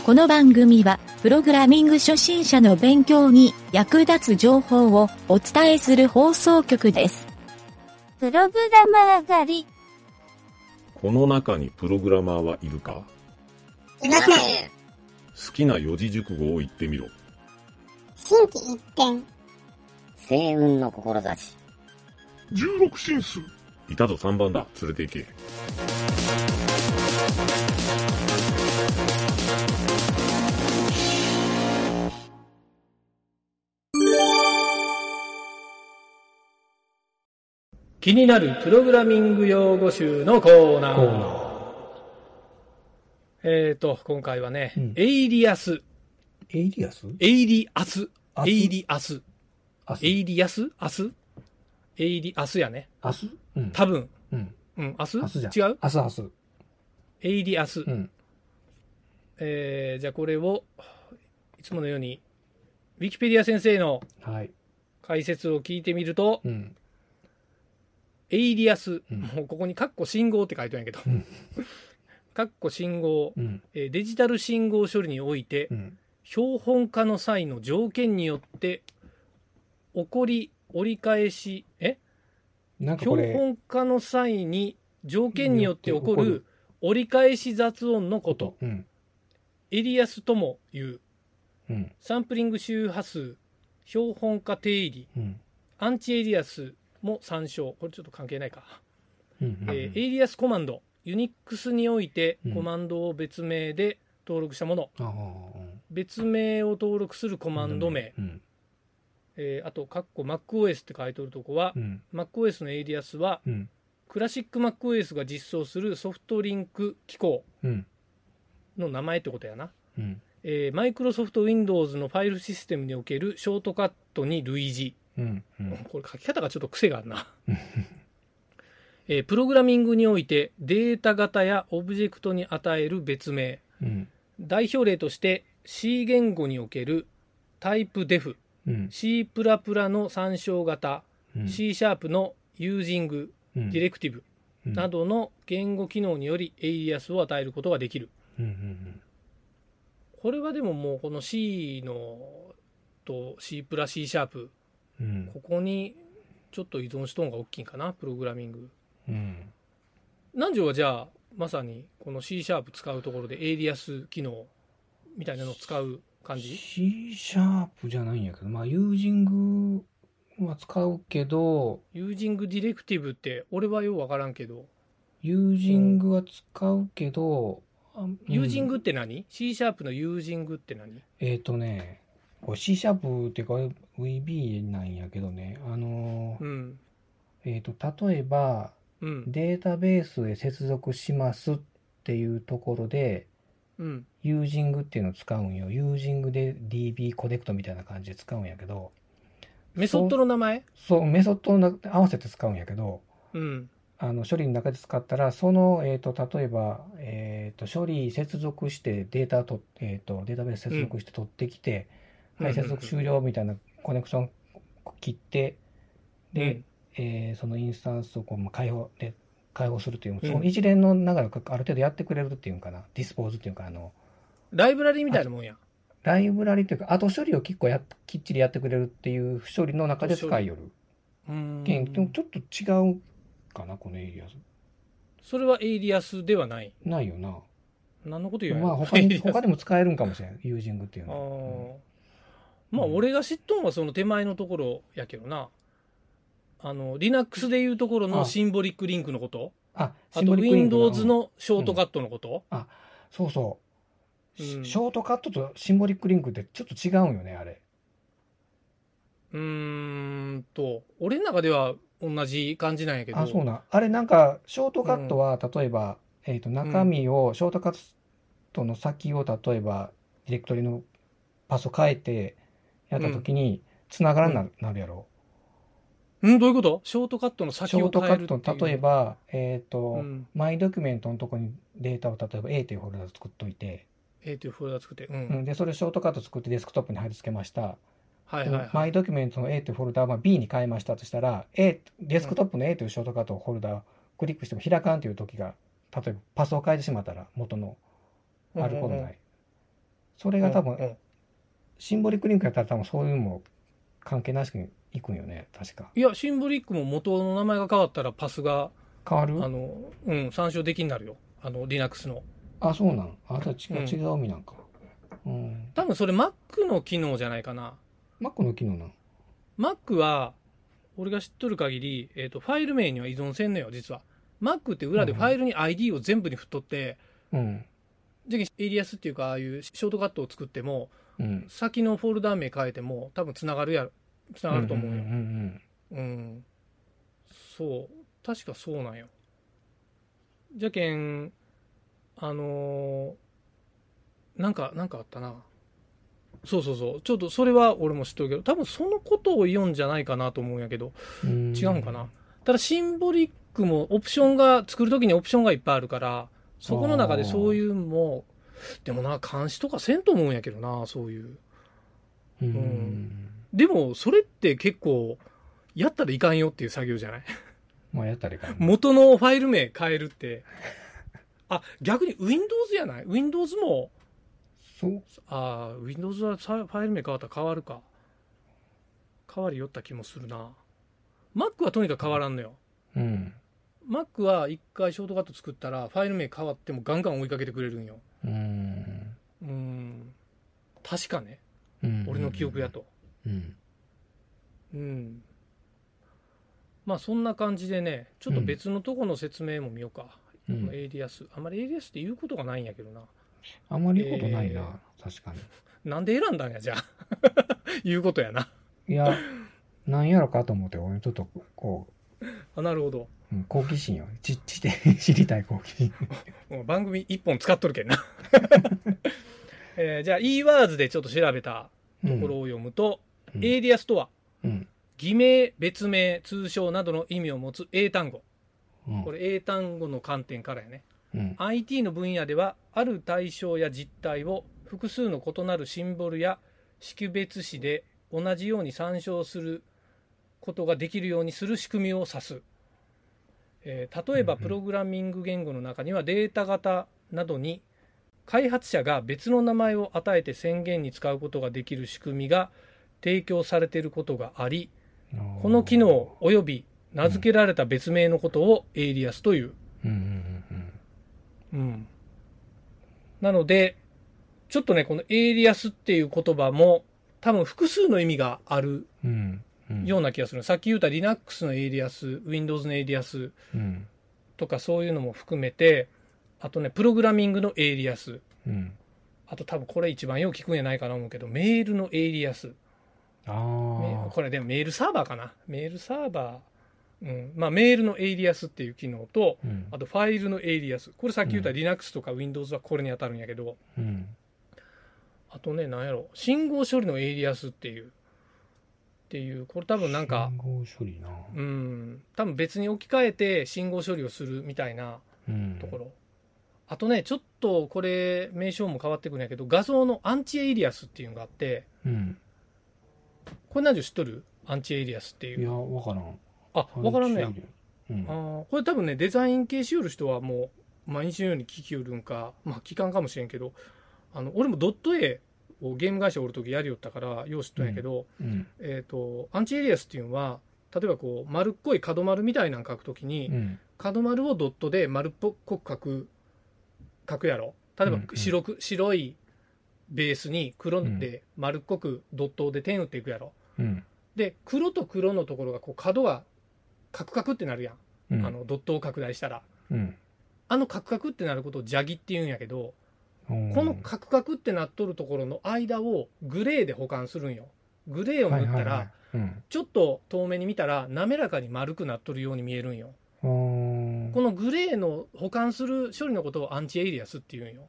この番組は、プログラミング初心者の勉強に役立つ情報をお伝えする放送局です。 プログラマー狩り。 この中にプログラマーはいるか？ いません。 好きな四字熟語を言ってみろ。 心機一転。 星雲の志。 16進数。 いたぞ3番だ。連れて行け。 気になるプログラミング用語集のコーナー。今回はね、エイリアス。 エイリアスエイリアス。エイリアス。 アスエイリアスアスエイリアスやね。 アス多分。アス違うアス。 エイリアス。じゃあこれを、いつものように、ウィキペディア先生の解説を聞いてみると、エイリアス、もうここにカッコ信号って書いてあるんやけど、カッコ信号、デジタル信号処理において、標本化の際の条件によって起こり折り返し標本化の際に条件によって起こる折り返し雑音のこと、エイリアスともいう、サンプリング周波数、標本化定義、アンチエイリアスも参照。これちょっと関係ないか。エイリアスコマンド、ユニックスにおいてコマンドを別名で登録したもの、別名を登録するコマンド名、あとカッコ MacOS って書いてあるとこは、MacOS のエイリアスは、クラシック MacOS が実装するソフトリンク機構の名前ってことやな。マイクロソフト Windows のファイルシステムにおけるショートカットに類似。これ書き方がちょっと癖があるな。プログラミングにおいてデータ型やオブジェクトに与える別名、代表例として C 言語におけるタイプデフ、C++ の参照型、C シャープのユージング、ディレクティブなどの言語機能によりエイリアスを与えることができる。これはでももうこの C のと C++、C シャープ、ここにちょっと依存しとんが大きいんかな、プログラミング。南條はじゃあまさにこの C シャープ使うところでエイリアス機能みたいなのを使う感じ？ C シャープじゃないんやけど、ユージングは使うけど、 ユージングディレクティブって俺はようわからんけど、 ユージングは使うけど、 ユージングって何？ C シャープのユージングって何？ これ C シャープっていうか VB なんやけどね、例えば、データベースへ接続しますっていうところで、ユージングっていうのを使うんよ。ユージングで DB コネクトみたいな感じで使うんやけど、 メソッドの名前？ そう、メソッドの合わせて使うんやけど、処理の中で使ったら、その、例えば、処理接続してデータと、データベース接続して取ってきて、接続終了みたいなコネクション切って、で、そのインスタンスをこう開放するという、その一連の流れをある程度やってくれるっていうんかな、ディスポーズっていうか、 ライブラリみたいなもんや。 ライブラリっていうか、後処理をきっちりやってくれるっていう処理の中で使いよる。でもちょっと違うかな、このエイリアス。それはエイリアスではない。 ないよな。 何のこと言うの？ 他でも使えるんかもしれない、ユージングっていうのは。 俺が知っとんはその手前のところやけどな。Linux でいうところのシンボリックリンクのこと？あと Windows のショートカットのこと？ そうそう。ショートカットとシンボリックリンクってちょっと違うんよね、あれ。 俺の中では同じ感じなんやけど。 そうなん。あれなんか、ショートカットは、例えば、中身を、ショートカットの先を、例えば、ディレクトリのパスを変えて、やったときに、繋がらなるやろ。 どういうこと？ショートカットの先を変えるっていう。 ショートカット、例えば、マイドキュメントのとこにデータを、例えば A というフォルダを作っといて、 A というフォルダ作って、 で、それショートカット作ってデスクトップに貼り付けました。 マイドキュメントの A というフォルダは B に変えましたとしたら、デスクトップの A というショートカットフォルダをクリックしても開かんという時が、例えばパスを変えてしまったら元のあることない。 それが多分、シンボリックリンクやったら多分そういうのも関係なしにいくんよね、確か。 いや、シンボリックも元の名前が変わったらパスが、 変わる？ 参照できになるよ。Linux の。 あ、そうなん。あ、違う意味なんか。 多分それ Mac の機能じゃないかな。 Mac の機能なん？ Mac は、俺が知っとる限り、ファイル名には依存せんのよ、実は。Mac って裏でファイルに ID を全部に振っとって、じゃエイリアスっていうか、ああいうショートカットを作っても、先のフォルダ名変えても、多分つながると思うよ。そう。確かそうなんよ。じゃけん、なんかあったな。そう。ちょっとそれは俺も知っとるけど、多分そのことを言うんじゃないかなと思うんやけど、違うんかな。ただシンボリックも作るときにオプションがいっぱいあるから、そこの中でそういうのも、でもな、監視とかせんと思うんやけどな、そういう。でも、それって結構、やったらいかんよっていう作業じゃない？ まあやったらいかん。 元のファイル名変えるって。あ、逆に Windows やない？ Windows も、 そう。 Windows はファイル名変わったら変わるか。変わりよった気もするな。Mac はとにかく変わらんのよ。Mac は一回ショートカット作ったら、ファイル名変わってもガンガン追いかけてくれるんよ。確かね。俺の記憶やと。まあそんな感じでね、ちょっと別のとこの説明も見ようか。エイリアス。あんまりエイリアスって言うことがないんやけどな。 あんまり言うことないな、確かに。 なんで選んだんや、じゃあ。言うことやな。 いや、なんやろかと思って、俺ちょっとこう。なるほど。 好奇心よ。知りたい好奇心。 番組一本使っとるけんな。じゃあ、eWords でちょっと調べたところを読むと、エイリアスとは、偽名、別名、通称などの意味を持つ英単語。これ英単語の観点からやね。IT の分野では、ある対象や実態を複数の異なるシンボルや識別詞で同じように参照することができるようにする仕組みを指す。例えばプログラミング言語の中にはデータ型などに開発者が別の名前を与えて宣言に使うことができる仕組みが提供されていることがあり、この機能及び名付けられた別名のことをエイリアスという。なのでちょっとね、このエイリアスっていう言葉も多分複数の意味があるような気がする。さっき言った Linux のエイリアス、Windows のエイリアスとかそういうのも含めて、あとね、プログラミングのエイリアス。あと多分これ一番よく聞くんじゃないかなと思うけど、メールのエイリアス。これでもメールサーバーかな。メールサーバー。まあメールのエイリアスっていう機能と、あとファイルのエイリアス。これさっき言った Linux とか Windows はこれに当たるんやけど、あとね、なんやろ、信号処理のエイリアスっていう、これ多分なんか、 信号処理な。 多分別に置き換えて信号処理をするみたいなところ。あとね、ちょっとこれ、名称も変わってくるんやけど、画像のアンチエイリアスっていうのがあって、これ何で知っとる？アンチエイリアスっていう。 いや、わからん。 わからんのや。これ多分ね、デザイン系しよる人はもう、毎日のように聞きよるんか、まあ聞かんかもしれんけど、俺もドット A をゲーム会社おるときやりよったからよう知っとんやけど、アンチエイリアスっていうのは例えばこう丸っこい角丸みたいなの書くときに、角丸をドットで丸っぽく書くやろ。例えば白いベースに黒で丸っこくドットで点打っていくやろ。で黒と黒のところがこう角がカクカクってなるやん、ドットを拡大したら、カクカクってなることをジャギって言うんやけど、このカクカクってなっとるところの間をグレーで保管するんよ。グレーを塗ったら、ちょっと遠目に見たら滑らかに丸くなっとるように見えるんよ。このグレーの保管する処理のことをアンチエイリアスって言うんよ。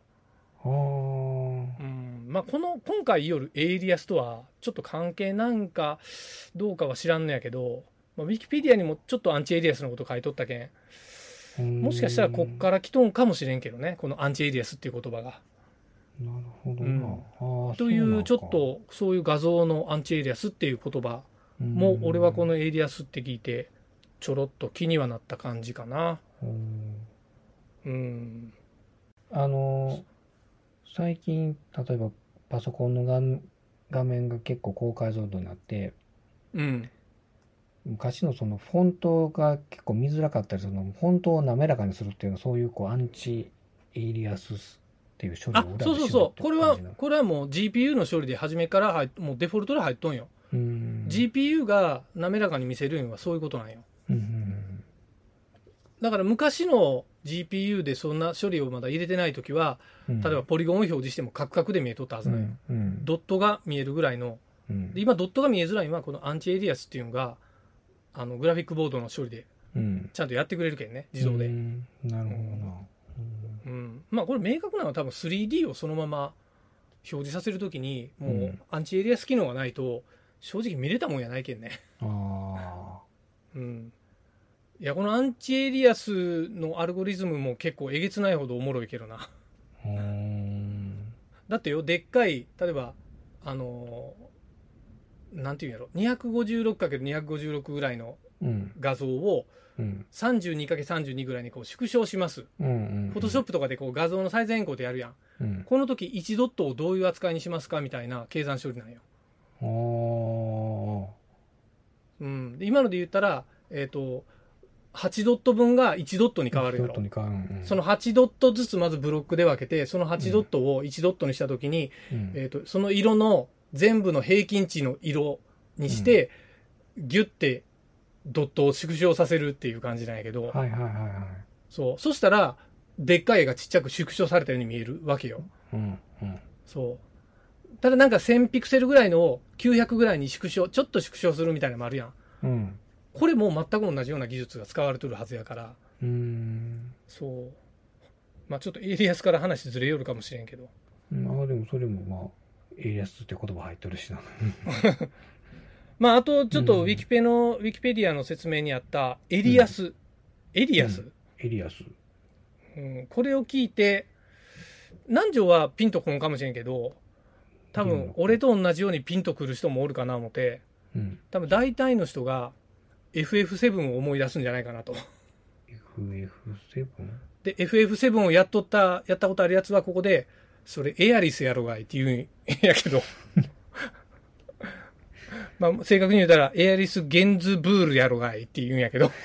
まあ今回言うエイリアスとはちょっと関係なんかどうかは知らんのやけど、ウィキペディアにもちょっとアンチエイリアスのこと書いとったけん、もしかしたらこっから来とんかもしれんけどね、このアンチエイリアスっていう言葉が。 なるほどな。 というちょっとそういう画像のアンチエイリアスっていう言葉も俺はこのエイリアスって聞いてちょろっと気にはなった感じかな。 最近例えばパソコンの画面が結構高解像度になって、 うん。 昔のそのフォントが結構見づらかったり、そのフォントを滑らかにするっていうのは、そういうこうアンチエイリアスっていう処理を裏でしようっていう感じな。 そう。これはもう GPU の処理で初めからもうデフォルトで入っとんよ。GPU が滑らかに見せるのはそういうことなんよ。だから昔の GPU でそんな処理をまだ入れてないときは、例えばポリゴンを表示してもカクカクで見えとったはずなんよ。ドットが見えるぐらいの。で今ドットが見えづらいのはこのアンチエイリアスっていうのがグラフィックボードの処理でちゃんとやってくれるけんね、自動で。 なるほどな。 まあこれ明確なのは多分 3D をそのまま表示させるときにもうアンチエイリアス機能がないと正直見れたもんやないけんね。いやこのアンチエイリアスのアルゴリズムも結構えげつないほどおもろいけどな。だってよ、でっかい例えばなんていうんやろ、 256×256 ぐらいの画像を 32×32 ぐらいにこう縮小します。フォトショップとかでこう画像のサイズ変更でやるやん。この時1ドットをどういう扱いにしますかみたいな計算処理なんよ。で今ので言ったら、8ドット分が1ドットに変わるやろ。その8ドットずつまずブロックで分けて、その8ドットを1ドットにした時に、その色の全部の平均値の色にして、ギュッてドットを縮小させるっていう感じなんやけど、そしたらでっかい絵がちっちゃく縮小されたように見えるわけよ。ただなんか1000ピクセルぐらいのを900ぐらいにちょっと縮小するみたいなのもあるやん。これも全く同じような技術が使われてるはずやから。まあちょっとエイリアスから話ずれよるかもしれんけど。 でもそれもまあエイリアスって言葉入ってるしな。 まああとちょっとウィキペディアの説明にあったエリアス。これを聞いて、南條はピンとこんかもしれんけど、多分俺と同じようにピンとくる人もおるかな思って、多分大体の人が FF7 を思い出すんじゃないかなと。 FF7? で FF7 をやったことあるやつはここでそれエアリスやろがいって言うんやけどまあ正確に言うたらエアリスゲンズブールやろがいって言うんやけど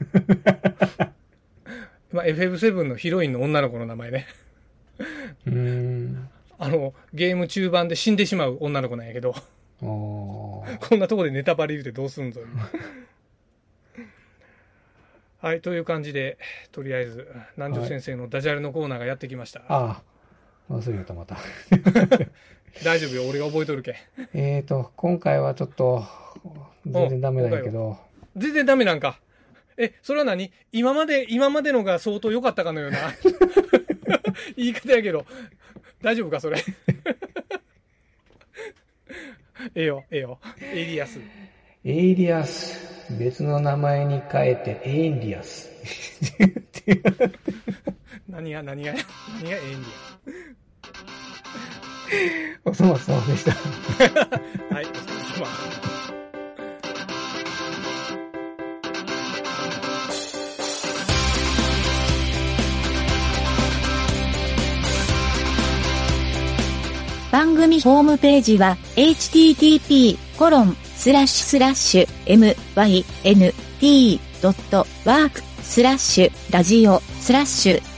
まあ FF7 のヒロインの女の子の名前ねゲーム中盤で死んでしまう女の子なんやけどこんなとこでネタバレ言うてどうすんぞはい、という感じでとりあえず南條先生のダジャレのコーナーがやってきました。 忘れたまた大丈夫よ、俺が覚えとるけ。 今回はちょっと全然ダメなんやけど。 全然ダメなんか。それは何？今までのが相当良かったかのような言い方やけど大丈夫かそれええよエイリアス別の名前に変えてエイリアス何がエイリアスおそ松さんでしたはい、お疲れ様。 番組ホームページは http://myn.t.work/ラジオ/